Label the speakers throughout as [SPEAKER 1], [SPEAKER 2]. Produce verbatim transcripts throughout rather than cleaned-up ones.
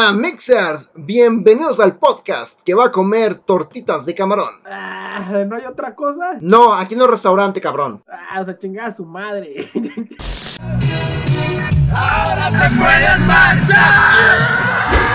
[SPEAKER 1] Ah, Mixers, bienvenidos al podcast que va a comer tortitas de camarón.
[SPEAKER 2] Ah, ¿no hay otra cosa?
[SPEAKER 1] No, aquí no es restaurante, cabrón.
[SPEAKER 2] Ah, o sea, chingada su madre.
[SPEAKER 3] ¡Ahora te puedes marchar!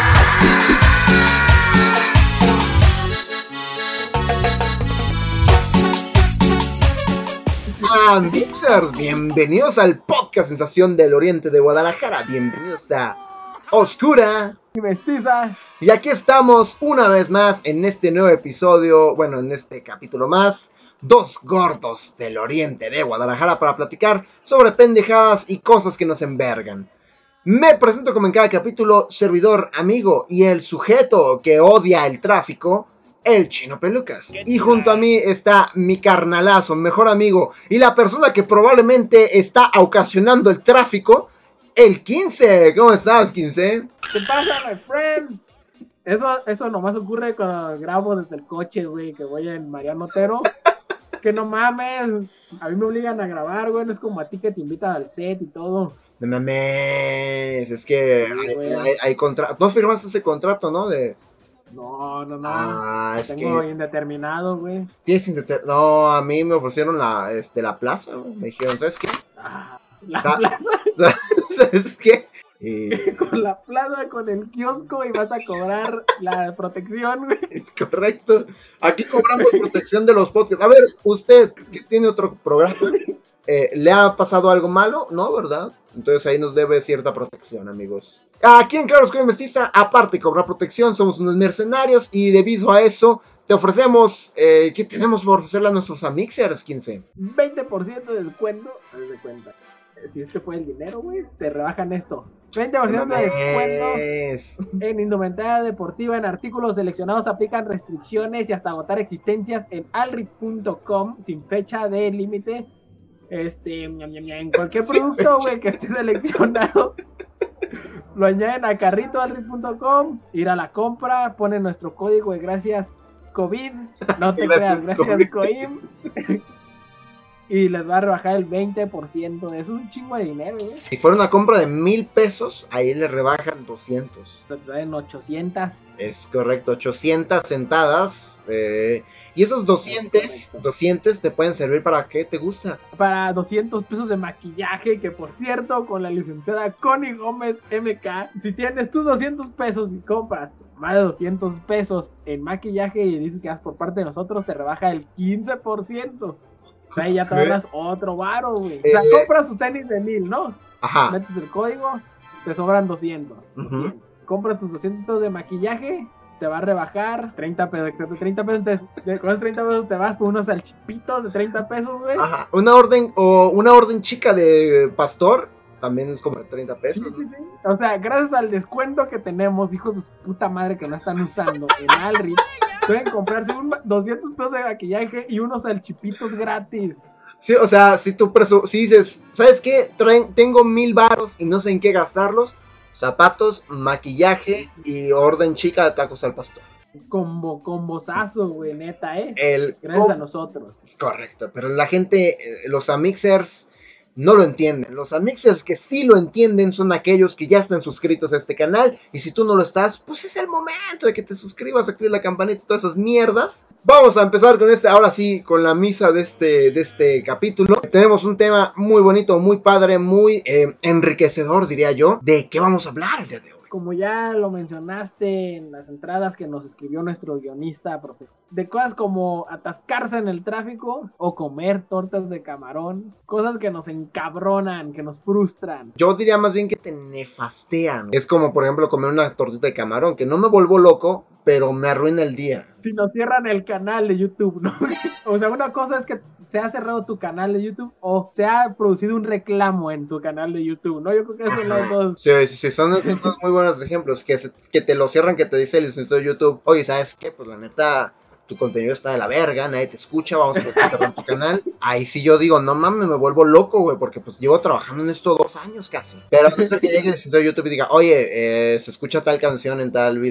[SPEAKER 1] Ah, Mixers, bienvenidos al podcast Sensación del Oriente de Guadalajara. Bienvenidos a Oscura
[SPEAKER 2] Y mestiza.
[SPEAKER 1] Y aquí estamos una vez más en este nuevo episodio, bueno, en este capítulo más, dos gordos del Oriente de Guadalajara para platicar sobre pendejadas y cosas que nos envergan. Me presento como en cada capítulo, servidor, amigo y el sujeto que odia el tráfico, el Chino Pelucas. Y junto a mí está mi carnalazo, mejor amigo y la persona que probablemente está ocasionando el tráfico, el quince. ¿Cómo estás, quince?
[SPEAKER 2] ¿Qué pasa, my friend? Eso, eso nomás ocurre cuando grabo desde el coche, güey, que voy en Mariano Otero. Que no mames, a mí me obligan a grabar, güey, no es como a ti que te invitan al set y todo.
[SPEAKER 1] No mames, es que
[SPEAKER 2] Sí,
[SPEAKER 1] hay,
[SPEAKER 2] güey.
[SPEAKER 1] hay, hay contrato. No firmaste ese contrato, ¿no? De...
[SPEAKER 2] No, no, no.
[SPEAKER 1] Ah, es
[SPEAKER 2] Tengo
[SPEAKER 1] que
[SPEAKER 2] indeterminado, güey.
[SPEAKER 1] tienes indeter- No, a mí me ofrecieron la, este, la plaza, güey. Me dijeron, ¿sabes qué?
[SPEAKER 2] Ah, la
[SPEAKER 1] Sa-
[SPEAKER 2] plaza,
[SPEAKER 1] ¿Sabes qué? Y
[SPEAKER 2] con la plaza, con el kiosco y vas a cobrar la protección, güey.
[SPEAKER 1] es correcto. Aquí cobramos protección de los podcasts. A ver, usted que tiene otro programa, eh, ¿le ha pasado algo malo? No, ¿verdad? Entonces ahí nos debe cierta protección, amigos. Aquí en Claro Oscura y Mestiza, aparte de cobrar protección, somos unos mercenarios y debido a eso te ofrecemos, eh, ¿qué tenemos por ofrecerle a nuestros amixers, quince?
[SPEAKER 2] veinte por ciento de descuento, haz de cuenta. Eh, Si este fue el dinero, güey, te rebajan esto. veinte por ciento de descuento
[SPEAKER 1] Mames.
[SPEAKER 2] en indumentaria deportiva, en artículos seleccionados, aplican restricciones y hasta agotar existencias en alrit punto com sin fecha de límite. Este, ñam, ñam, ñam, en cualquier
[SPEAKER 1] Sin
[SPEAKER 2] producto, güey, que esté seleccionado, lo añaden a carrito alrit punto com, ir a la compra, ponen nuestro código de gracias COVID, no te
[SPEAKER 1] Gracias,
[SPEAKER 2] creas, gracias COVID, y les va a rebajar el veinte por ciento, eso es un chingo de dinero, güey.
[SPEAKER 1] Si fuera una compra de mil pesos, ahí le rebajan doscientos.
[SPEAKER 2] Te traen ochocientos.
[SPEAKER 1] Es correcto, ochocientas sentadas. Eh, y esos doscientos,
[SPEAKER 2] correcto.
[SPEAKER 1] doscientos te pueden servir para qué te gusta.
[SPEAKER 2] Para doscientos pesos de maquillaje, que por cierto, con la licenciada Connie Gómez M K, si tienes tus doscientos pesos y compras más de doscientos pesos en maquillaje y dices que vas por parte de nosotros, te rebaja el quince por ciento. O sea, ahí ya te ganas otro varo, güey. O sea,
[SPEAKER 1] Eh.
[SPEAKER 2] compras tus tenis de mil, ¿no?
[SPEAKER 1] Ajá.
[SPEAKER 2] Metes el código, te sobran doscientos.
[SPEAKER 1] Ujú.
[SPEAKER 2] doscientos. Compras tus doscientos de maquillaje, te va a rebajar treinta pesos. treinta pesos, te, con esos treinta pesos te vas por unos salchipitos de treinta pesos, güey.
[SPEAKER 1] Ajá. Una orden o una orden chica de pastor también es como de treinta
[SPEAKER 2] Sí,
[SPEAKER 1] pesos.
[SPEAKER 2] sí, sí. O sea, gracias al descuento que tenemos, hijos de su puta madre que no están usando en Alrit, pueden comprarse un doscientos pesos de maquillaje y unos salchipitos gratis.
[SPEAKER 1] Sí, o sea, si tú presu si dices, ¿sabes qué? Traen, tengo mil varos y no sé en qué gastarlos. Zapatos, maquillaje y orden chica de tacos al pastor.
[SPEAKER 2] Combo, combosazo, güey, neta, eh.
[SPEAKER 1] El
[SPEAKER 2] Gracias
[SPEAKER 1] com-
[SPEAKER 2] a nosotros.
[SPEAKER 1] Correcto, pero la gente, eh, los amixers no lo entienden. Los amixers que sí lo entienden son aquellos que ya están suscritos a este canal. Y si tú no lo estás, pues es el momento de que te suscribas, actives la campanita y todas esas mierdas. Vamos a empezar con este, ahora sí, con la misa de este, de este capítulo. Tenemos un tema muy bonito, muy padre, muy eh, enriquecedor, diría yo. ¿De qué vamos a hablar el día de hoy?
[SPEAKER 2] Como ya lo mencionaste en las entradas que nos escribió nuestro guionista, profe, de cosas como atascarse en el tráfico o comer tortas de camarón, cosas que nos encabronan, que nos frustran.
[SPEAKER 1] Yo diría más bien que te nefastean. Es como, por ejemplo, comer una tortita de camarón, que no me vuelvo loco, pero me arruina el día.
[SPEAKER 2] Si nos cierran el canal de YouTube, ¿no? O sea, una cosa es que se ha cerrado tu canal de YouTube o se ha producido un reclamo en tu canal de YouTube, ¿no? Yo creo que son las dos.
[SPEAKER 1] Sí, sí, sí, son esos dos muy buenos ejemplos. Que, se- que te lo cierran, que te dice el licenciado de YouTube. Oye, ¿sabes qué? Pues la neta, tu contenido está de la verga, nadie te escucha, vamos a cerrar tu canal. Ahí sí yo digo, no mames, me vuelvo loco, güey, porque pues llevo trabajando en esto dos años casi. Pero no es el que llegue el licenciado de YouTube y diga, oye, eh, se escucha tal canción en tal video.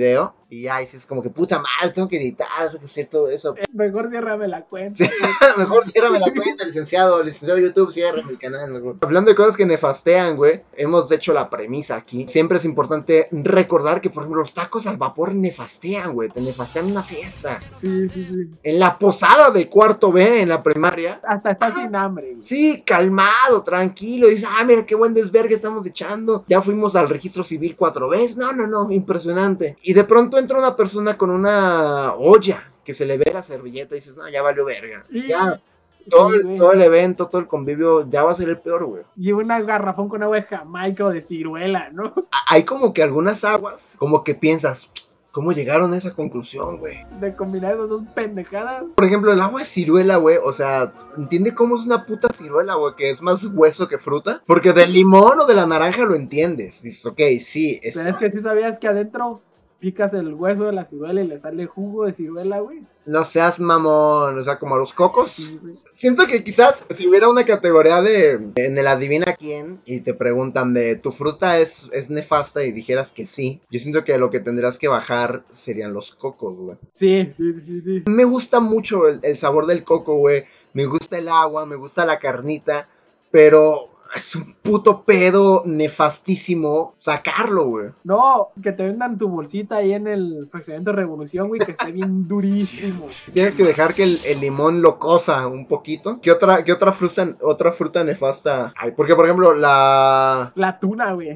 [SPEAKER 1] Y ya, y es como que puta madre, tengo que editar, tengo que hacer todo eso.
[SPEAKER 2] Mejor ciérrame la cuenta.
[SPEAKER 1] Sí, mejor ciérrame la cuenta, licenciado, licenciado YouTube, ciérrame el canal. Mejor. Hablando de cosas que nefastean, güey, hemos hecho la premisa aquí. Siempre es importante recordar que, por ejemplo, los tacos al vapor nefastean, güey, te nefastean en una fiesta.
[SPEAKER 2] Sí, sí, sí.
[SPEAKER 1] En la posada de cuarto B, en la primaria.
[SPEAKER 2] Hasta está sin hambre, güey.
[SPEAKER 1] Sí, calmado, tranquilo. Dice, ah, mira qué buen desvergue estamos echando. Ya fuimos al registro civil cuatro veces. No, no, no, impresionante. Y de pronto entra una persona con una olla que se le ve la servilleta y dices, no, ya valió verga. Y ya, todo el, todo el evento, todo el convivio, ya va a ser el peor, güey.
[SPEAKER 2] Y una garrafón con agua de Jamaica o de ciruela, ¿no?
[SPEAKER 1] Hay como que algunas aguas, como que piensas, ¿cómo llegaron a esa conclusión, güey?
[SPEAKER 2] De combinar esas dos pendejadas.
[SPEAKER 1] Por ejemplo, el agua de ciruela, güey, o sea, ¿entiende cómo es una puta ciruela, güey? Que es más hueso que fruta. Porque del limón o de la naranja lo entiendes. Dices, ok, sí. Es...
[SPEAKER 2] Pero es que sí sabías que adentro picas el hueso de la ciruela y le sale jugo de ciruela, güey.
[SPEAKER 1] No seas mamón, o sea, como a los cocos.
[SPEAKER 2] Sí, güey.
[SPEAKER 1] Siento que quizás si hubiera una categoría de en el adivina quién y te preguntan de tu fruta es, es nefasta y dijeras que sí, yo siento que lo que tendrás que bajar serían los cocos, güey.
[SPEAKER 2] Sí, sí, sí, sí.
[SPEAKER 1] Me gusta mucho el, el sabor del coco, güey. Me gusta el agua, me gusta la carnita, pero es un puto pedo nefastísimo sacarlo, güey.
[SPEAKER 2] No, que te vendan tu bolsita ahí en el fraccionamiento Revolución, güey, que esté bien durísimo.
[SPEAKER 1] Tienes que dejar que el, el limón lo cosa un poquito. ¿Qué otra, qué otra fruta, otra fruta nefasta hay? Porque, por ejemplo, la...
[SPEAKER 2] La tuna, güey.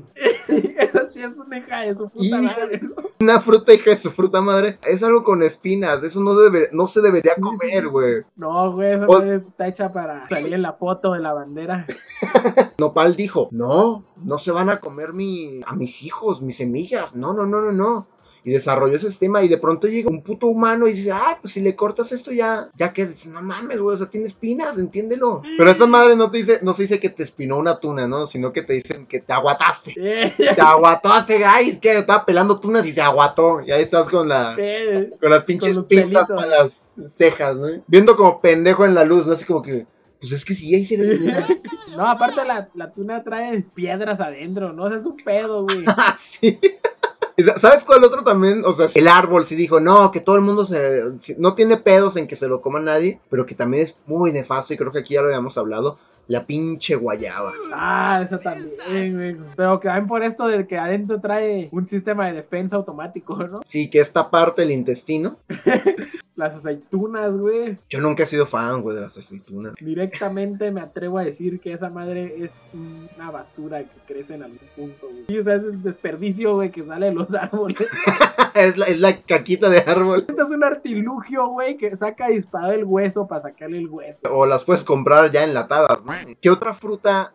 [SPEAKER 2] Esa sí es una hija de su puta madre, ¿no?
[SPEAKER 1] Una fruta hija de su fruta madre. Es algo con espinas. Eso no, debe, no se debería comer, güey.
[SPEAKER 2] No, güey, esa
[SPEAKER 1] O...
[SPEAKER 2] madre está hecha para salir en la foto de la bandera.
[SPEAKER 1] Nopal dijo, no, no se van a comer mi, a mis hijos, mis semillas. No, no, no, no, no. Y desarrolló ese sistema y de pronto llega un puto humano y dice, ah, pues si le cortas esto ya, ya que, no mames, güey, o sea, tiene espinas, entiéndelo. Pero esa madre no te dice, no se dice que te espinó una tuna, ¿no? Sino que te dicen que te aguataste. Te aguataste, guys, que estaba pelando tunas y se aguató. Y ahí estás con la,
[SPEAKER 2] Sí,
[SPEAKER 1] con las pinches
[SPEAKER 2] con
[SPEAKER 1] pinzas
[SPEAKER 2] pelitos.
[SPEAKER 1] para las cejas, ¿no? Viendo como pendejo en la luz, ¿no? Así como que, pues es que sí, ahí se le...
[SPEAKER 2] No, aparte la, la tuna trae piedras adentro, ¿no? O sea, es un pedo, güey.
[SPEAKER 1] Ah, sí. ¿Sabes cuál otro también? O sea, el árbol sí dijo, no, que todo el mundo se... no tiene pedos en que se lo coma nadie, pero que también es muy nefasto y creo que aquí ya lo habíamos hablado. La pinche guayaba.
[SPEAKER 2] Ah, esa también, güey. Pero que ven por esto de que adentro trae un sistema de defensa automático, ¿no?
[SPEAKER 1] Sí, que esta parte del intestino.
[SPEAKER 2] Las aceitunas, güey.
[SPEAKER 1] Yo nunca he sido fan, güey, de las aceitunas.
[SPEAKER 2] Directamente me atrevo a decir que esa madre es una basura que crece en algún punto, güey. Sí, o sea, es el desperdicio, güey, que sale de los árboles.
[SPEAKER 1] es, la, es la caquita de árbol.
[SPEAKER 2] Esto es un artilugio, güey, que saca disparado el hueso para sacarle el hueso.
[SPEAKER 1] O las puedes comprar ya enlatadas, ¿no? ¿Qué otra fruta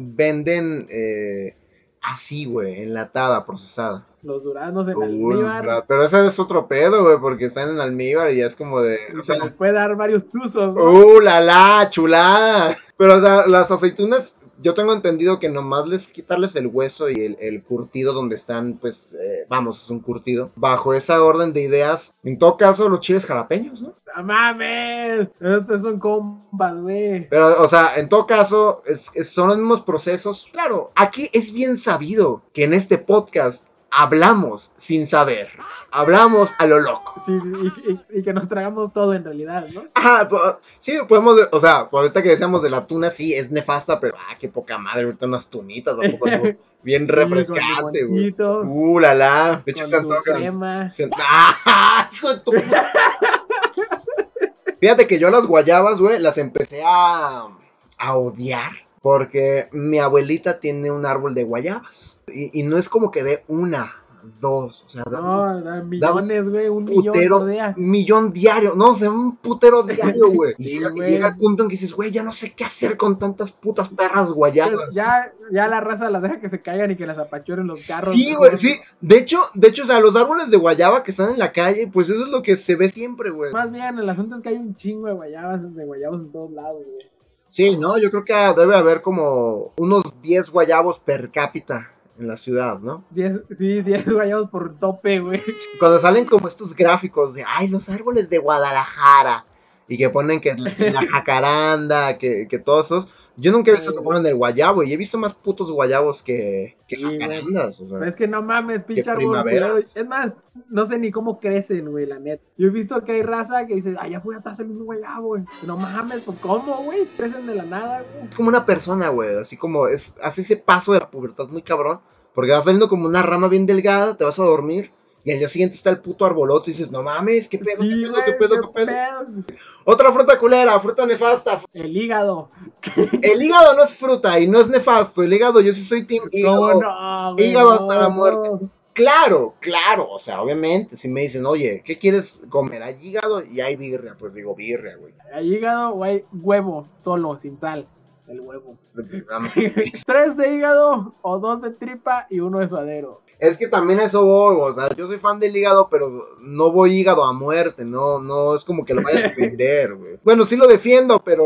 [SPEAKER 1] venden eh, así, güey, enlatada, procesada?
[SPEAKER 2] Los duraznos en
[SPEAKER 1] Uh,
[SPEAKER 2] almíbar.
[SPEAKER 1] la- pero ese es otro pedo, güey, porque están en almíbar y ya es como de... O
[SPEAKER 2] Se
[SPEAKER 1] sea,
[SPEAKER 2] nos puede dar varios usos, ¿no?
[SPEAKER 1] ¡uh, la la, chulada! Pero, o sea, las aceitunas, yo tengo entendido que nomás les quitarles el hueso y el, el curtido donde están, pues, eh, vamos, es un curtido. Bajo esa orden de ideas, en todo caso, los chiles jalapeños, ¿no?
[SPEAKER 2] ¡No mames! Estos son compas, güey.
[SPEAKER 1] Pero, o sea, en todo caso, es- es- son los mismos procesos. Claro, aquí es bien sabido que en este podcast hablamos sin saber. Hablamos a lo loco.
[SPEAKER 2] Sí, sí, y, y- y que nos tragamos todo en realidad, ¿no?
[SPEAKER 1] Ajá, po- sí, podemos, o sea, ahorita que decíamos de la tuna, sí, es nefasta, pero, ah, qué poca madre, ahorita unas tunitas, ¿a poco no? Bien refrescante,
[SPEAKER 2] Sí, con
[SPEAKER 1] güey.
[SPEAKER 2] limoncito,
[SPEAKER 1] Uh, la la. De hecho,
[SPEAKER 2] con
[SPEAKER 1] se
[SPEAKER 2] tu
[SPEAKER 1] antojan.
[SPEAKER 2] crema.
[SPEAKER 1] se- ¡Ah, hijo de tu... Fíjate que yo las guayabas, güey, las empecé a, a odiar. Porque mi abuelita tiene un árbol de guayabas. Y, y no es como que dé una, dos, o sea, da un
[SPEAKER 2] No, da millones, güey, un millón
[SPEAKER 1] putero,
[SPEAKER 2] por día.
[SPEAKER 1] un millón diario, no, o sea, un putero diario, güey. Y
[SPEAKER 2] Sí,
[SPEAKER 1] llega, y
[SPEAKER 2] güey.
[SPEAKER 1] llega el punto en que dices, güey, ya no sé qué hacer con tantas putas perras guayabas.
[SPEAKER 2] Ya, ya la raza las deja que se caigan y que las apachuren los carros.
[SPEAKER 1] Sí, güey, sí. De hecho, de hecho, o sea, los árboles de guayaba que están en la calle, pues eso es lo que se ve siempre, güey.
[SPEAKER 2] Más bien, el asunto es que hay un chingo de guayabas, de guayabos en todos lados, güey.
[SPEAKER 1] Sí, no, yo creo que debe haber como unos diez guayabos per cápita en la ciudad, ¿no?
[SPEAKER 2] Diez, sí, diez guayabos por tope, güey.
[SPEAKER 1] Cuando salen como estos gráficos de, ay, los árboles de Guadalajara, y que ponen que la, que la jacaranda, que, que todos esos. Yo nunca he visto
[SPEAKER 2] Sí.
[SPEAKER 1] que pongan el guayabo, y he visto más putos guayabos que, que
[SPEAKER 2] Sí, güey.
[SPEAKER 1] jacarandas, o sea.
[SPEAKER 2] Pero es que no mames, pinche árbol
[SPEAKER 1] primaveras.
[SPEAKER 2] culero. Es más, no sé ni cómo crecen, güey, la neta. Yo he visto que hay raza que dice, allá afuera está saliendo un guayabo, güey. No mames, pues ¿cómo, güey? Crecen de la nada, güey.
[SPEAKER 1] Es como una persona, güey, así como es, hace ese paso de la pubertad muy cabrón, porque va saliendo como una rama bien delgada, te vas a dormir, y al día siguiente está el puto arboloto y dices, no mames, qué pedo, qué
[SPEAKER 2] Sí,
[SPEAKER 1] pedo,
[SPEAKER 2] güey,
[SPEAKER 1] qué pedo, qué pedo.
[SPEAKER 2] pedo.
[SPEAKER 1] Otra fruta culera, fruta nefasta.
[SPEAKER 2] El hígado.
[SPEAKER 1] El hígado no es fruta y no es nefasto, el hígado, yo sí soy team hígado.
[SPEAKER 2] ¿Cómo no, güey?
[SPEAKER 1] hígado
[SPEAKER 2] No,
[SPEAKER 1] hasta la muerte.
[SPEAKER 2] no.
[SPEAKER 1] Claro, claro, o sea, obviamente, si me dicen, oye, ¿qué quieres comer? ¿Hay hígado? Y hay birria, pues digo birria, güey.
[SPEAKER 2] ¿Hay hígado o hay huevo solo, sin sal? El huevo. Tres de hígado o dos de tripa y uno de suadero.
[SPEAKER 1] Es que también a eso voy, o sea, yo soy fan del hígado, pero no voy hígado a muerte, no, no es como que lo vaya a defender, güey. Bueno, sí lo defiendo, pero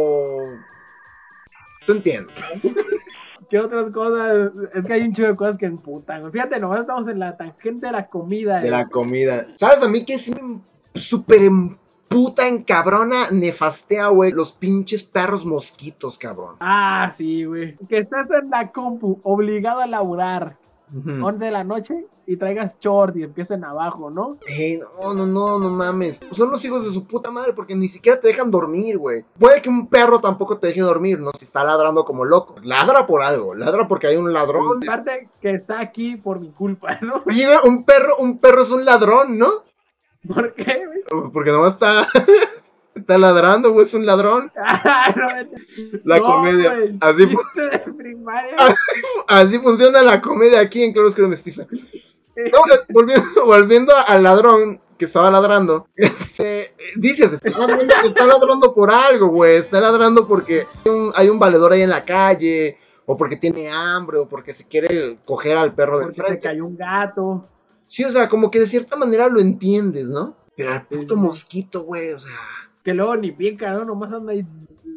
[SPEAKER 1] tú entiendes, ¿sabes?
[SPEAKER 2] ¿Qué otras cosas? Es que hay un chido de cosas que emputan, güey. Fíjate, nomás estamos en la tangente de la comida.
[SPEAKER 1] De
[SPEAKER 2] güey.
[SPEAKER 1] la comida. ¿Sabes a mí que sí me súper emputa, encabrona, nefastea, güey? Los pinches perros mosquitos, cabrón.
[SPEAKER 2] Ah, sí, güey. Que estés en la compu, obligado a laburar,
[SPEAKER 1] Ujú.
[SPEAKER 2] once de la noche, y traigas short y empiecen abajo, ¿no?
[SPEAKER 1] Eh, no, no, no, no mames. Son los hijos de su puta madre porque ni siquiera te dejan dormir, güey. Puede que un perro tampoco te deje dormir, ¿no? Si está ladrando como loco. Ladra por algo, ladra porque hay un ladrón.
[SPEAKER 2] Aparte que está aquí por mi culpa, ¿no?
[SPEAKER 1] Oye, güey, un perro, un perro es un ladrón, ¿no?
[SPEAKER 2] ¿Por qué, güey?
[SPEAKER 1] Porque nomás está, está ladrando, güey, es un ladrón.
[SPEAKER 2] Ah, no, vete.
[SPEAKER 1] La
[SPEAKER 2] No,
[SPEAKER 1] comedia.
[SPEAKER 2] güey,
[SPEAKER 1] Así fu-
[SPEAKER 2] chiste de primaria.
[SPEAKER 1] Así funciona la comedia aquí en Claro Oscuro Mestiza. No, eh, volviendo, volviendo al ladrón que estaba ladrando, este, dices, está ladrando, está ladrando por algo, güey, está ladrando porque hay un, hay un valedor ahí en la calle, o porque tiene hambre, o porque se quiere coger al perro de
[SPEAKER 2] Porque se
[SPEAKER 1] enfrente.
[SPEAKER 2] cayó un gato.
[SPEAKER 1] Sí, o sea, como que de cierta manera lo entiendes, ¿no? Pero al puto mosquito, güey, o sea...
[SPEAKER 2] Que luego ni pica, ¿no? Nomás anda ahí.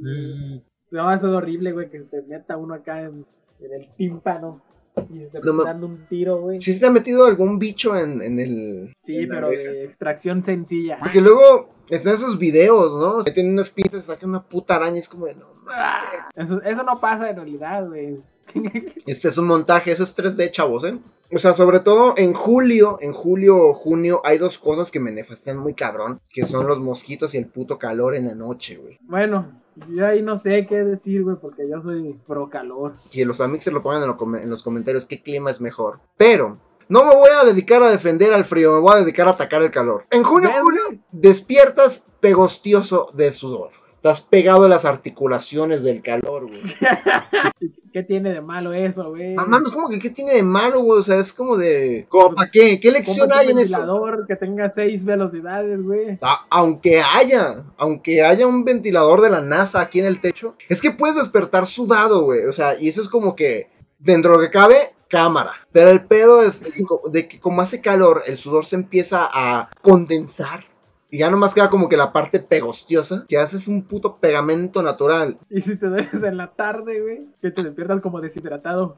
[SPEAKER 2] No, eso es horrible, güey, que te meta uno acá en, en el tímpano y se te
[SPEAKER 1] No, ma-
[SPEAKER 2] dando un tiro, güey.
[SPEAKER 1] ¿Sí se te ha metido algún bicho en, en el...
[SPEAKER 2] Sí,
[SPEAKER 1] en la
[SPEAKER 2] pero
[SPEAKER 1] oreja?
[SPEAKER 2] de extracción sencilla.
[SPEAKER 1] Porque luego están esos videos, ¿no? Que tienen unas pinzas, sacan una puta araña, es como de, no, mames.
[SPEAKER 2] Ah, Eso, eso no pasa en realidad, güey.
[SPEAKER 1] Este es un montaje, eso es tres D, chavos, ¿eh? O sea, sobre todo en julio, en julio o junio, hay dos cosas que me nefastean muy cabrón, que son los mosquitos y el puto calor en la noche, güey.
[SPEAKER 2] Bueno, yo ahí no sé qué decir, güey, porque yo soy pro calor.
[SPEAKER 1] Que los amigos se lo pongan en, lo com- en los comentarios qué clima es mejor. Pero no me voy a dedicar a defender al frío, me voy a dedicar a atacar el calor. En junio,
[SPEAKER 2] ¿Ves,
[SPEAKER 1] julio,
[SPEAKER 2] güey?
[SPEAKER 1] despiertas pegostioso de sudor. Estás pegado a las articulaciones del calor, güey.
[SPEAKER 2] ¿Qué tiene de malo eso, güey?
[SPEAKER 1] Ah, mames, como que qué tiene de malo, güey. O sea, es como de. ¿Cómo para qué? ¿Qué lección
[SPEAKER 2] Cómprate
[SPEAKER 1] hay
[SPEAKER 2] un
[SPEAKER 1] en eso?
[SPEAKER 2] ventilador que tenga seis velocidades, güey.
[SPEAKER 1] A- aunque haya, aunque haya un ventilador de la NASA aquí en el techo, es que puedes despertar sudado, güey. O sea, y eso es como que dentro de lo que cabe, cámara. Pero el pedo es de que, co- de que como hace calor, el sudor se empieza a condensar. Y ya nomás queda como que la parte pegostiosa, que haces un puto pegamento natural.
[SPEAKER 2] Y si te duermes en la tarde, güey, que te despiertas como deshidratado.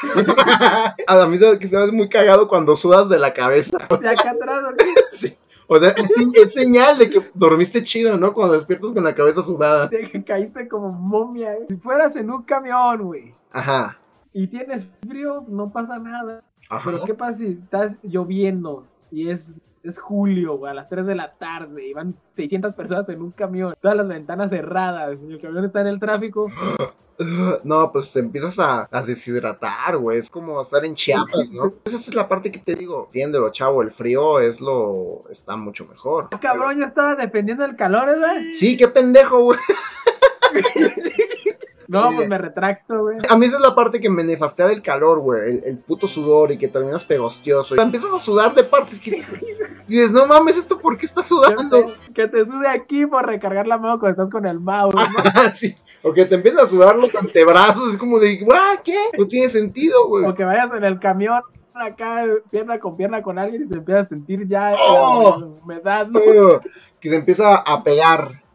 [SPEAKER 1] A mí se, que se me hace muy cagado cuando sudas de la cabeza.
[SPEAKER 2] Y acá atrás, güey,
[SPEAKER 1] Sí. O sea, es, es señal de que dormiste chido, ¿no? Cuando despiertas con la cabeza sudada.
[SPEAKER 2] te caíste como momia, güey. Si fueras en un camión, güey,
[SPEAKER 1] Ajá.
[SPEAKER 2] y tienes frío, no pasa nada.
[SPEAKER 1] Ajá.
[SPEAKER 2] Pero ¿qué pasa si estás lloviendo y es, es julio, güey, a las tres de la tarde y van seiscientas personas en un camión, todas las ventanas cerradas y el camión está en el tráfico?
[SPEAKER 1] No, pues te empiezas a, a deshidratar, güey. Es como estar en Chiapas, ¿no? Esa es la parte que te digo. Entiéndelo, chavo. El frío es lo. Está mucho mejor.
[SPEAKER 2] Ah, cabrón, yo estaba dependiendo del calor, ¿verdad?
[SPEAKER 1] Sí, qué pendejo, güey.
[SPEAKER 2] No,
[SPEAKER 1] Sí.
[SPEAKER 2] pues me retracto, güey.
[SPEAKER 1] A mí esa es la parte que me nefastea del calor, güey. El, el puto sudor y que terminas pegostioso. Y empiezas a sudar de partes que dices, no mames, ¿esto por qué está sudando?
[SPEAKER 2] Que te sude aquí por recargar la mano cuando estás con el mouse, ¿no?
[SPEAKER 1] Sí. O que te empiezas a sudar los antebrazos. Es como de, "Guau, ¿qué? No tiene sentido, güey.
[SPEAKER 2] O que vayas en el camión acá, pierna con pierna con alguien y te empiezas a sentir ya
[SPEAKER 1] Oh.
[SPEAKER 2] la humedad, ¿no?
[SPEAKER 1] Uh, que se empieza a pegar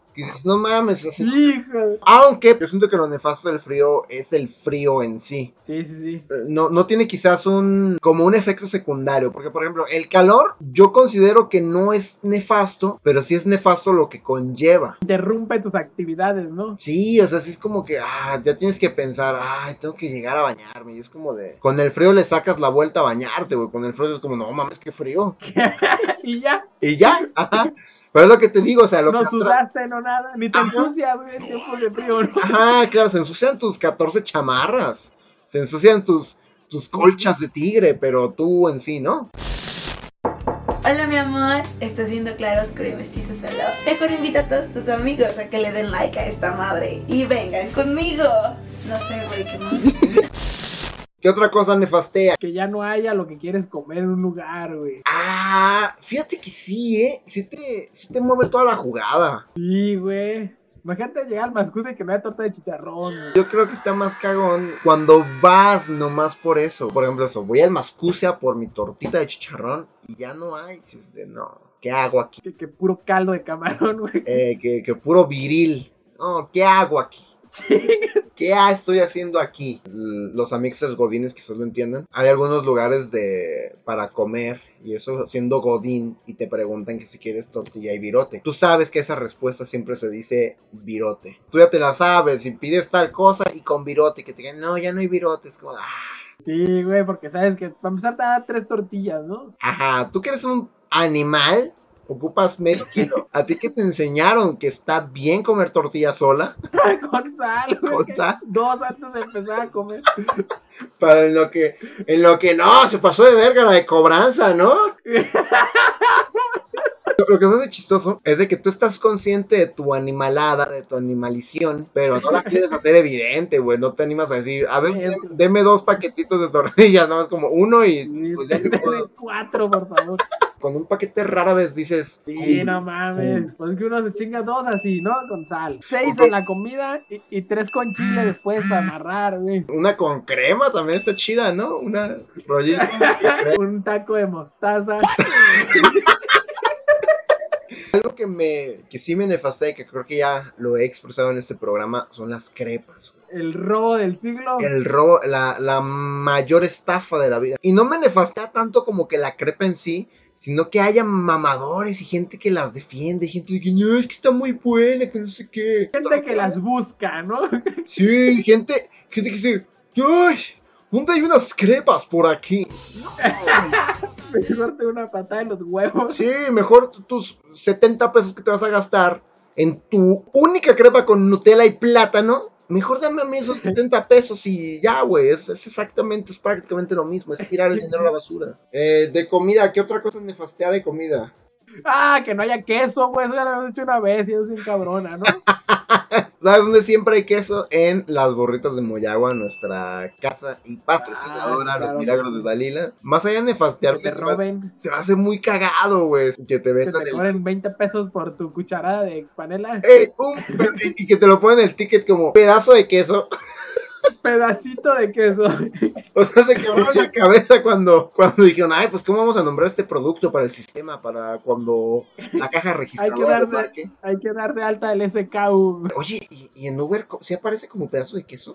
[SPEAKER 1] Que dices, no mames, así.
[SPEAKER 2] Hijo.
[SPEAKER 1] Aunque yo siento que lo nefasto del frío es el frío en sí.
[SPEAKER 2] Sí, sí, sí.
[SPEAKER 1] Eh, No, no tiene quizás un como un efecto secundario. Porque, por ejemplo, el calor yo considero que no es nefasto, pero sí es nefasto lo que conlleva.
[SPEAKER 2] Interrumpe tus actividades, ¿no?
[SPEAKER 1] Sí, o sea, sí es como que ah, ya tienes que pensar, ay, tengo que llegar a bañarme. Y es como de. Con el frío le sacas la vuelta a bañarte, güey. Con el frío es como, no mames, qué frío.
[SPEAKER 2] Y ya.
[SPEAKER 1] Y ya, ajá. Pero es lo que te digo, o sea, lo
[SPEAKER 2] No
[SPEAKER 1] que atra-
[SPEAKER 2] sudaste, no nada. Ni te
[SPEAKER 1] Ajá.
[SPEAKER 2] ensucias, güey, en tiempos de frío, ¿no?
[SPEAKER 1] Ajá, claro, se ensucian tus catorce chamarras. Se ensucian tus, tus colchas de tigre, pero tú en sí, ¿no?
[SPEAKER 4] Hola mi amor, ¿estás viendo Claro Oscuro y Mestizo Solo? Mejor invita a todos tus amigos a que le den like a esta madre y vengan conmigo. No sé, güey, qué más.
[SPEAKER 1] ¿Qué otra cosa nefastea?
[SPEAKER 2] Que ya no haya lo que quieres comer en un lugar, güey.
[SPEAKER 1] Ah, fíjate que sí, ¿eh? Sí te, sí te mueve toda la jugada.
[SPEAKER 2] Sí, güey. Imagínate llegar al Mascuse y que no haya torta de chicharrón, güey.
[SPEAKER 1] Yo creo que está más cagón cuando vas nomás por eso. Por ejemplo, eso, voy al Mascucia por mi tortita de chicharrón y ya no hay. Dices de, no, ¿qué hago aquí?
[SPEAKER 2] Que, que puro caldo de camarón, güey.
[SPEAKER 1] Eh, que, que puro viril. No, ¿qué hago aquí? ¿Qué estoy haciendo aquí? L- Los amixers godines quizás lo entiendan. Hay algunos lugares de para comer y eso siendo godín y te preguntan que si quieres tortilla y virote. Tú sabes que esa respuesta siempre se dice virote. Tú ya te la sabes y pides tal cosa y con virote que te digan, no, ya no hay virote. Es como, ah.
[SPEAKER 2] Sí, güey, porque sabes que para empezar te da tres tortillas, ¿no?
[SPEAKER 1] Ajá, tú que eres un animal, ocupas medio kilo. ¿A ti que te enseñaron que está bien comer tortilla sola?
[SPEAKER 2] Con sal, güey.
[SPEAKER 1] Con
[SPEAKER 2] que
[SPEAKER 1] sal.
[SPEAKER 2] Dos antes de empezar a comer.
[SPEAKER 1] Para en lo que, en lo que no, se pasó de verga la de cobranza, ¿no? Lo que no es chistoso es de que tú estás consciente de tu animalada, de tu animalición, pero no la quieres hacer evidente, güey. No te animas a decir, a ver, deme, deme dos paquetitos de tortillas, nada más como uno y
[SPEAKER 2] Sí,
[SPEAKER 1] pues ya ni
[SPEAKER 2] deme
[SPEAKER 1] modo.
[SPEAKER 2] cuatro, por favor.
[SPEAKER 1] Con un paquete rara vez dices,
[SPEAKER 2] Sí,
[SPEAKER 1] "Uy,
[SPEAKER 2] no mames.
[SPEAKER 1] uy".
[SPEAKER 2] Pues que uno se chinga dos así, ¿no? Con sal. Seis en la comida y, y tres con chile después para amarrar, güey.
[SPEAKER 1] Una con crema también está chida, ¿no? Una rollita de crema.
[SPEAKER 2] Un taco de mostaza.
[SPEAKER 1] Algo que me, que sí me nefasté, que creo que ya lo he expresado en este programa, son las crepas, güey.
[SPEAKER 2] El robo del siglo.
[SPEAKER 1] El robo, la, la mayor estafa de la vida. Y no me nefastea tanto como que la crepa en sí, sino que haya mamadores y gente que las defiende, gente que no, es que está muy buena, que no sé qué.
[SPEAKER 2] Gente que las busca, ¿no?
[SPEAKER 1] Sí, gente, gente que dice, ¡ay! ¿Dónde hay unas crepas por aquí?
[SPEAKER 2] Mejor te una patada en los huevos.
[SPEAKER 1] Sí, mejor tus setenta pesos que te vas a gastar en tu única crepa con Nutella y plátano. Mejor dame a mí esos setenta pesos y ya, güey. Es, es exactamente, es prácticamente lo mismo. Es tirar el dinero a la basura. Eh, de comida, ¿qué otra cosa nefastea de comida?
[SPEAKER 2] Ah, que no haya queso, güey. Eso ya lo hemos hecho una vez y es bien cabrona, ¿no?
[SPEAKER 1] ¿Sabes dónde siempre hay queso? En las burritas de Moyagua, nuestra casa y patrocinadora,
[SPEAKER 2] Ah, claro.
[SPEAKER 1] Los Milagros de Dalila. Más allá de nefastearme,
[SPEAKER 2] Que te
[SPEAKER 1] se va,
[SPEAKER 2] roben.
[SPEAKER 1] se va a hacer muy cagado, güey. Que te
[SPEAKER 2] Que
[SPEAKER 1] vendan
[SPEAKER 2] te
[SPEAKER 1] el...
[SPEAKER 2] cobren veinte pesos por tu cucharada de panela.
[SPEAKER 1] ¡Ey! Un... y que te lo ponen el ticket como pedazo de queso.
[SPEAKER 2] Pedacito de queso.
[SPEAKER 1] O sea, se quebraron la cabeza cuando, cuando dijeron, ay, pues cómo vamos a nombrar este producto para el sistema, para cuando la caja
[SPEAKER 2] Hay que,
[SPEAKER 1] registradora
[SPEAKER 2] dar
[SPEAKER 1] lo
[SPEAKER 2] de,
[SPEAKER 1] marque.
[SPEAKER 2] hay que dar de alta el S K U.
[SPEAKER 1] Oye, ¿y, y en Uber se aparece como pedazo de queso?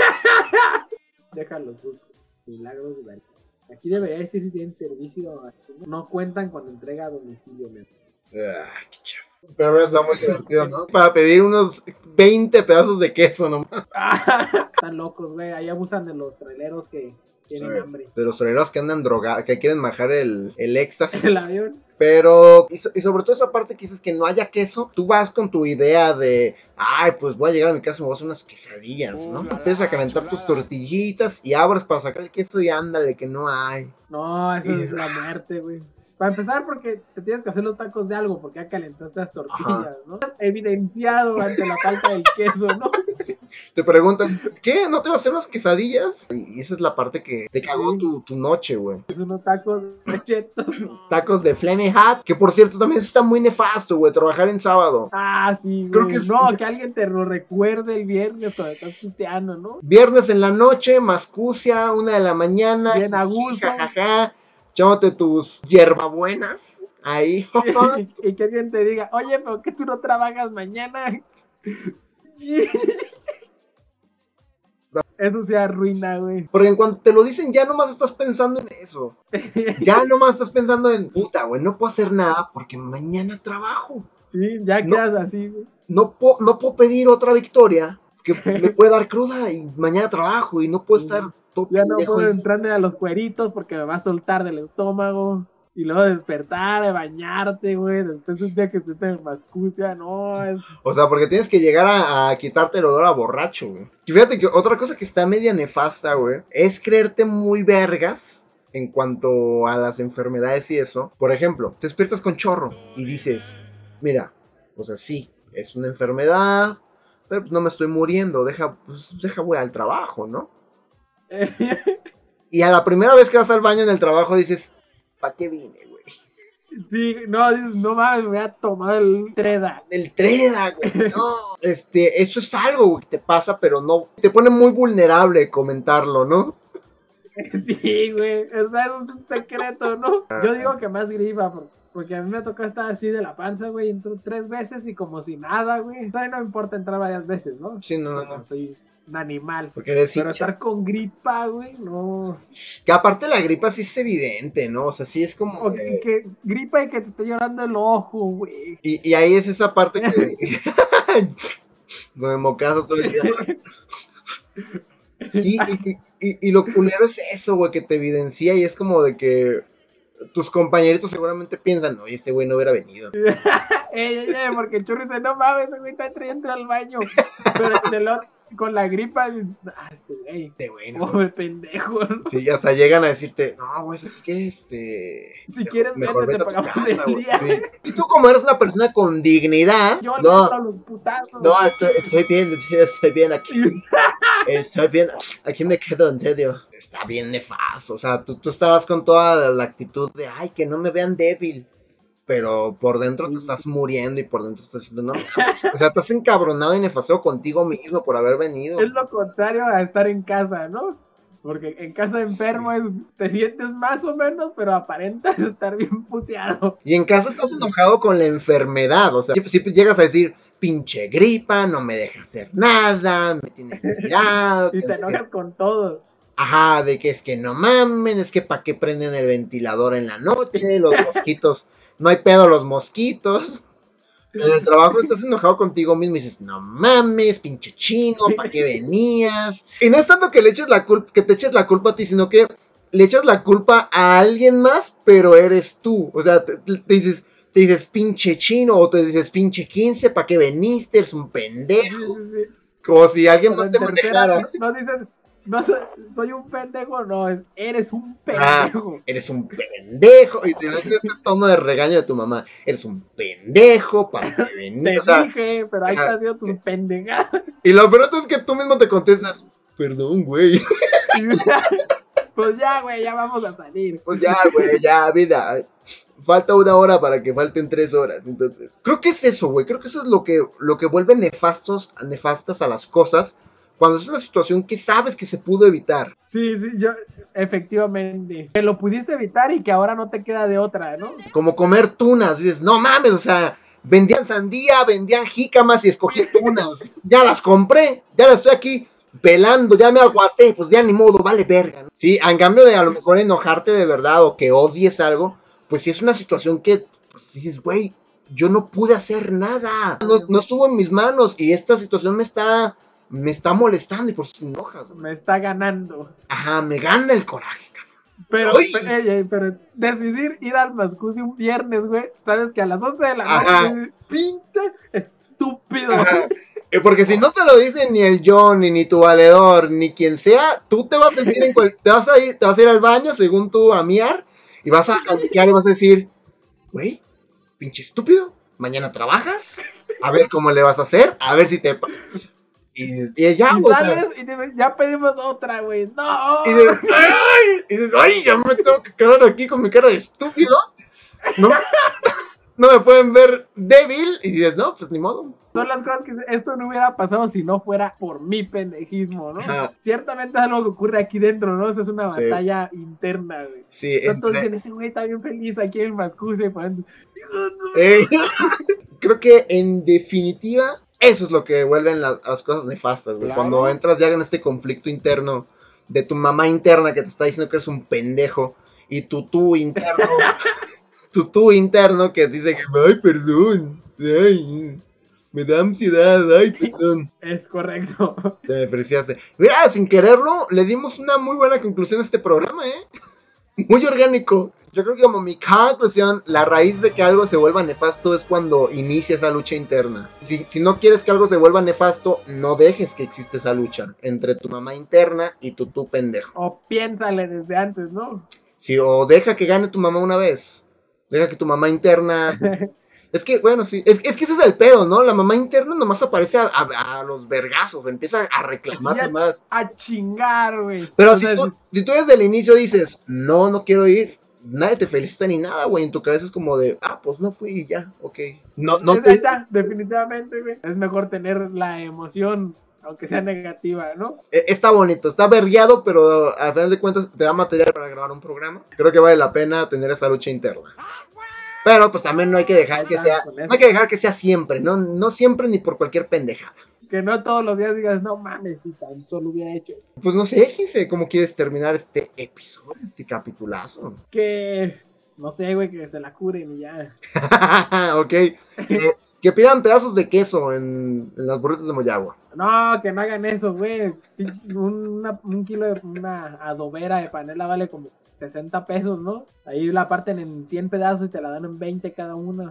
[SPEAKER 2] Déjalo, busco. Milagros de Dalila. Aquí debería decir si tienen servicio. No cuentan con entrega a domicilio, ¿no?
[SPEAKER 1] Ah, qué chafa. Pero ahora está muy divertido, ¿no? Para pedir unos veinte pedazos de queso nomás.
[SPEAKER 2] Están locos, güey. Ahí abusan de los traileros que tienen
[SPEAKER 1] Sí.
[SPEAKER 2] hambre.
[SPEAKER 1] De los toreros que andan drogados, que quieren majar el, el éxtasis.
[SPEAKER 2] El avión.
[SPEAKER 1] Pero, y, so- y sobre todo esa parte que dices que no haya queso, tú vas con tu idea de, ay, pues voy a llegar a mi casa y me voy a hacer unas quesadillas, ¿no? Empiezas a calentar tus tortillitas y abres para sacar el queso y ándale, que no hay.
[SPEAKER 2] No, eso
[SPEAKER 1] Y-
[SPEAKER 2] es la muerte, güey. Para empezar, porque te tienes que hacer los tacos de algo, porque ya calentaste las tortillas, ¿no? Evidenciado ante la falta del queso, ¿no?
[SPEAKER 1] Sí. Te preguntan, ¿qué? ¿No te vas a hacer unas quesadillas? Y, y esa es la parte que te cagó
[SPEAKER 2] Sí.
[SPEAKER 1] tu, tu noche, güey.
[SPEAKER 2] Es unos tacos de chetos.
[SPEAKER 1] Tacos de Flaming Hot, que por cierto también está muy nefasto, güey, trabajar en sábado.
[SPEAKER 2] Ah, sí, güey.
[SPEAKER 1] Creo que es-
[SPEAKER 2] No, que alguien te lo recuerde el viernes cuando estás tuteando, ¿no?
[SPEAKER 1] Viernes en la noche, mascucia, una de la mañana,
[SPEAKER 2] Bien a
[SPEAKER 1] jiji,
[SPEAKER 2] gusto.
[SPEAKER 1] jajaja, echándote tus hierbabuenas ahí.
[SPEAKER 2] Y que alguien te diga, oye, ¿pero qué tú no trabajas mañana? Eso se arruina, güey.
[SPEAKER 1] Porque en cuanto te lo dicen, ya nomás estás pensando en eso. Ya nomás estás pensando en, puta, güey, no puedo hacer nada porque mañana trabajo.
[SPEAKER 2] Sí, ya
[SPEAKER 1] No.
[SPEAKER 2] quedas así, güey.
[SPEAKER 1] No, po- no puedo pedir otra victoria que me puede dar cruda y mañana trabajo y no puedo estar todo
[SPEAKER 2] Ya no
[SPEAKER 1] pendejo
[SPEAKER 2] puedo
[SPEAKER 1] ahí.
[SPEAKER 2] entrarle a los cueritos porque me va a soltar del estómago. Y luego despertar, bañarte, güey. Después un día que te te mascucia, no, es...
[SPEAKER 1] O sea, porque tienes que llegar a, a quitarte el olor a borracho, güey. Y fíjate que otra cosa que está media nefasta, güey, es creerte muy vergas en cuanto a las enfermedades y eso. Por ejemplo, te despiertas con chorro y dices, mira, o sea, sí, es una enfermedad, pero pues no me estoy muriendo, deja, pues, deja voy al trabajo, ¿no? Y a la primera vez que vas al baño en el trabajo dices, ¿para qué vine, güey?
[SPEAKER 2] Sí, no, dices, no mames, me voy a tomar el treda.
[SPEAKER 1] El treda, güey, no. Este, eso es algo, güey, que te pasa, pero no, te pone muy vulnerable comentarlo, ¿no?
[SPEAKER 2] Sí, güey, eso es un secreto, ¿no? Yo digo que más gripa, por- porque a mí me tocó estar así de la panza, güey, entró tres veces y como si nada, güey. Todavía no me importa entrar varias veces, ¿no?
[SPEAKER 1] Sí, no, no,
[SPEAKER 2] Porque
[SPEAKER 1] no.
[SPEAKER 2] soy un animal.
[SPEAKER 1] Porque eres
[SPEAKER 2] Pero
[SPEAKER 1] hincha.
[SPEAKER 2] estar con gripa, güey, no.
[SPEAKER 1] Que aparte la gripa sí es evidente, ¿no? O sea, sí es como...
[SPEAKER 2] O
[SPEAKER 1] que-
[SPEAKER 2] que, que gripa y que te esté llorando el ojo, güey.
[SPEAKER 1] Y, y ahí es esa parte que... Con el mocazo todo el día. Sí, y, y, y, y lo culero es eso, güey, que te evidencia y es como de que tus compañeritos seguramente piensan, oye, este güey no hubiera venido.
[SPEAKER 2] Ey, ey, ey, porque el churro dice, no mames, ese güey está trayendo al baño. Pero de lo- con la gripa, dices, ah, este güey,
[SPEAKER 1] Este güey, no.
[SPEAKER 2] pobre pendejo.
[SPEAKER 1] Sí, hasta llegan a decirte, no, güey, es que este...
[SPEAKER 2] Si quieres,
[SPEAKER 1] mejor
[SPEAKER 2] vete,
[SPEAKER 1] vete
[SPEAKER 2] te
[SPEAKER 1] a tu
[SPEAKER 2] pagamos
[SPEAKER 1] casa,
[SPEAKER 2] el
[SPEAKER 1] güey.
[SPEAKER 2] día.
[SPEAKER 1] Sí. Y tú como eres una persona con dignidad,
[SPEAKER 2] Yo le
[SPEAKER 1] no,
[SPEAKER 2] entro a los putazos.
[SPEAKER 1] no, estoy, estoy bien, estoy bien aquí. Estoy bien, aquí me quedo, en serio. Está bien nefasto, o sea, tú, tú estabas con toda la actitud de, ay, que no me vean débil. Pero por dentro te estás muriendo y por dentro estás diciendo, no, mames. O sea, estás encabronado y nefastado contigo mismo por haber venido.
[SPEAKER 2] Es lo contrario a estar en casa, ¿no? Porque en casa enfermo es, te sientes más o menos, pero aparentas estar bien puteado.
[SPEAKER 1] Y en casa estás enojado con la enfermedad, o sea, si, si llegas a decir, pinche gripa, no me deja hacer nada, me tienes tirado.
[SPEAKER 2] Y
[SPEAKER 1] que
[SPEAKER 2] te
[SPEAKER 1] es que-
[SPEAKER 2] enojas con todo.
[SPEAKER 1] Ajá, de que es que no mamen, es que para qué prenden el ventilador en la noche, los mosquitos, no hay pedo los mosquitos. En el trabajo estás enojado contigo mismo y dices, no mames, pinche chino, ¿para qué venías? Y no es tanto que le eches la culpa, que te eches la culpa a ti, sino que le echas la culpa a alguien más, pero eres tú. O sea, te, te dices, te dices pinche chino, o te dices pinche quince, ¿para qué veniste? Eres un pendejo. Como si alguien
[SPEAKER 2] Pero
[SPEAKER 1] más
[SPEAKER 2] en
[SPEAKER 1] te
[SPEAKER 2] tercera,
[SPEAKER 1] manejara.
[SPEAKER 2] no dices, no soy, soy un pendejo, no, es, eres un
[SPEAKER 1] Ah,
[SPEAKER 2] pendejo.
[SPEAKER 1] eres un pendejo. Y te lo dice este tono de regaño de tu mamá. Eres un pendejo, ¿para qué
[SPEAKER 2] Te
[SPEAKER 1] venís? O sea,
[SPEAKER 2] dije, pero ahí
[SPEAKER 1] ajá.
[SPEAKER 2] está sido tu pendejada.
[SPEAKER 1] y lo peor es que tú mismo te contestas, perdón, güey.
[SPEAKER 2] Pues ya, güey, ya vamos a salir.
[SPEAKER 1] Pues ya, güey, ya, vida. Falta una hora para que falten tres horas. Entonces, creo que es eso, güey. Creo que eso es lo que, lo que vuelve nefastos, nefastas a las cosas. Cuando es una situación que sabes que se pudo evitar.
[SPEAKER 2] Sí, sí, yo, efectivamente. Que lo pudiste evitar y que ahora no te queda de otra, ¿no?
[SPEAKER 1] Como comer tunas. Dices, no mames, o sea, vendían sandía, vendían jícamas y escogí tunas. Ya las compré, ya las estoy aquí pelando, ya me aguaté, pues ya ni modo, vale verga, ¿no? Sí, en cambio de a lo mejor enojarte de verdad o que odies algo, pues sí es una situación que pues, dices, güey, yo no pude hacer nada, no, no estuvo en mis manos y esta situación me está, me está molestando y por eso te enojas, güey.
[SPEAKER 2] Me está ganando.
[SPEAKER 1] Ajá, me gana el coraje, cabrón.
[SPEAKER 2] Pero,
[SPEAKER 1] Uy.
[SPEAKER 2] pero, ey, ey, pero decidir ir al Mascusi un viernes, güey, sabes que a las once de la
[SPEAKER 1] Ajá.
[SPEAKER 2] noche, pinche estúpido.
[SPEAKER 1] Ajá. Eh, Porque si no te lo dice ni el Johnny, ni tu valedor, ni quien sea, tú te vas a decir en cual, te vas a ir, te vas a ir al baño según tú a miar y vas a calificar y vas a decir, güey, pinche estúpido, mañana trabajas, a ver cómo le vas a hacer, a ver si te pa-". y, y ya,
[SPEAKER 2] Y
[SPEAKER 1] o sea,
[SPEAKER 2] sales y dices, ya pedimos otra, güey. No.
[SPEAKER 1] y dices, ay, y dices, ay, ya me tengo que quedar aquí con mi cara de estúpido, no, no me pueden ver débil, y dices, no, pues ni modo.
[SPEAKER 2] Son las cosas que esto no hubiera pasado si no fuera por mi pendejismo, ¿no?
[SPEAKER 1] Ah.
[SPEAKER 2] Ciertamente es algo que ocurre aquí dentro, ¿no? Eso es una
[SPEAKER 1] Sí.
[SPEAKER 2] batalla interna, güey.
[SPEAKER 1] Sí,
[SPEAKER 2] Entonces
[SPEAKER 1] entre...
[SPEAKER 2] dicen, ese güey está bien feliz aquí en Mascuse y por
[SPEAKER 1] Eh, creo que en definitiva eso es lo que vuelven la, las cosas nefastas, güey.
[SPEAKER 5] Claro.
[SPEAKER 1] Cuando entras ya en este conflicto interno de tu mamá interna que te está diciendo que eres un pendejo y tu tú interno, tu tú interno que dice que, ay, perdón, ay, me da ansiedad, ay, perdón.
[SPEAKER 2] Es correcto.
[SPEAKER 1] Te me apreciaste. Mira, sin quererlo, le dimos una muy buena conclusión a este programa, ¿eh? Muy orgánico. Yo creo que como mi conclusión, la raíz de que algo se vuelva nefasto es cuando inicia esa lucha interna. Si, si no quieres que algo se vuelva nefasto, no dejes que exista esa lucha entre tu mamá interna y tu tú pendejo.
[SPEAKER 2] O piénsale desde antes, ¿no?
[SPEAKER 1] Sí, o deja que gane tu mamá una vez. Deja que tu mamá interna... Es que, bueno, sí, es, es que ese es el pedo, ¿no? La mamá interna nomás aparece a, a, a los vergazos, empieza a reclamar
[SPEAKER 2] Ya-
[SPEAKER 1] nomás.
[SPEAKER 2] A chingar, güey.
[SPEAKER 1] Pero
[SPEAKER 2] O
[SPEAKER 1] si
[SPEAKER 2] sea,
[SPEAKER 1] tú, si tú desde el inicio dices, no, no quiero ir, nadie te felicita ni nada, güey. En tu cabeza es como de, ah, pues no fui y ya, ok. No, no
[SPEAKER 2] es-
[SPEAKER 1] te...
[SPEAKER 2] está, definitivamente, güey. Es mejor tener la emoción, aunque sea negativa, ¿no?
[SPEAKER 1] eh, Está bonito, está vergueado, pero al final de cuentas te da material para grabar un programa. Creo que vale la pena tener esa lucha interna. Pero pues también no hay que dejar que sea, no hay que dejar que sea siempre, no, no siempre ni por cualquier pendejada.
[SPEAKER 2] Que no todos los días digas, no mames, si tan solo hubiera hecho.
[SPEAKER 1] Pues no sé, Gise, ¿cómo quieres terminar este episodio, este capitulazo?
[SPEAKER 2] Que, no sé, güey, que se la curen y ya.
[SPEAKER 1] Ok, que, que pidan pedazos de queso en, en las burritas de Moyagua.
[SPEAKER 2] No, que no hagan eso, güey. Un, una- un kilo de una adobera de panela vale como sesenta pesos, ¿no? Ahí la parten en cien pedazos y te la dan en veinte cada una.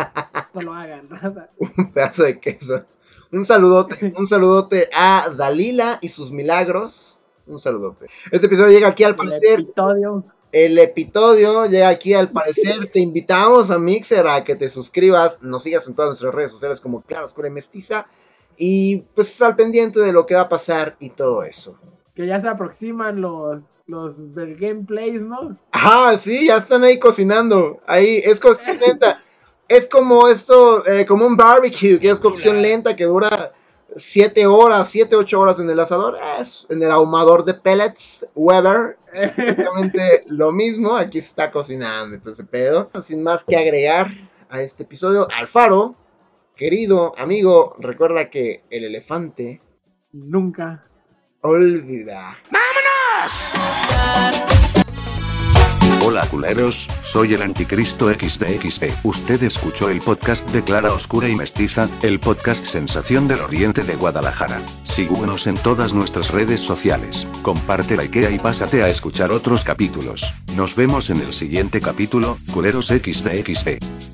[SPEAKER 2] No lo hagan, raza.
[SPEAKER 1] Un pedazo de queso. Un saludote, un saludote a Dalila y sus milagros. Un saludote. Este episodio llega aquí al
[SPEAKER 2] El
[SPEAKER 1] parecer.
[SPEAKER 2] episodio.
[SPEAKER 1] El episodio llega aquí al parecer. Te invitamos a Mixer a que te suscribas, nos sigas en todas nuestras redes sociales como Claro Oscura y Mestiza. Y pues estás al pendiente de lo que va a pasar y todo eso.
[SPEAKER 2] Que ya se aproximan los, los del gameplays, ¿no?
[SPEAKER 1] Ajá, sí, ya están ahí cocinando. Ahí es cocción lenta. Es como esto, eh, como un barbecue, que es cocción lenta, que dura siete horas, siete, ocho horas en el asador. Es en el ahumador de pellets, Weber. Es exactamente lo mismo. Aquí se está cocinando este pedo. Sin más que agregar a este episodio, Alfaro, querido amigo, recuerda que el elefante
[SPEAKER 2] Nunca.
[SPEAKER 1] olvida.
[SPEAKER 5] Hola culeros, soy el anticristo equis de equis de. Usted escuchó el podcast de Clara Oscura y Mestiza, el podcast sensación del oriente de Guadalajara. Síguenos en todas nuestras redes sociales, comparte la IKEA y pásate a escuchar otros capítulos. Nos vemos en el siguiente capítulo, culeros equis de equis de.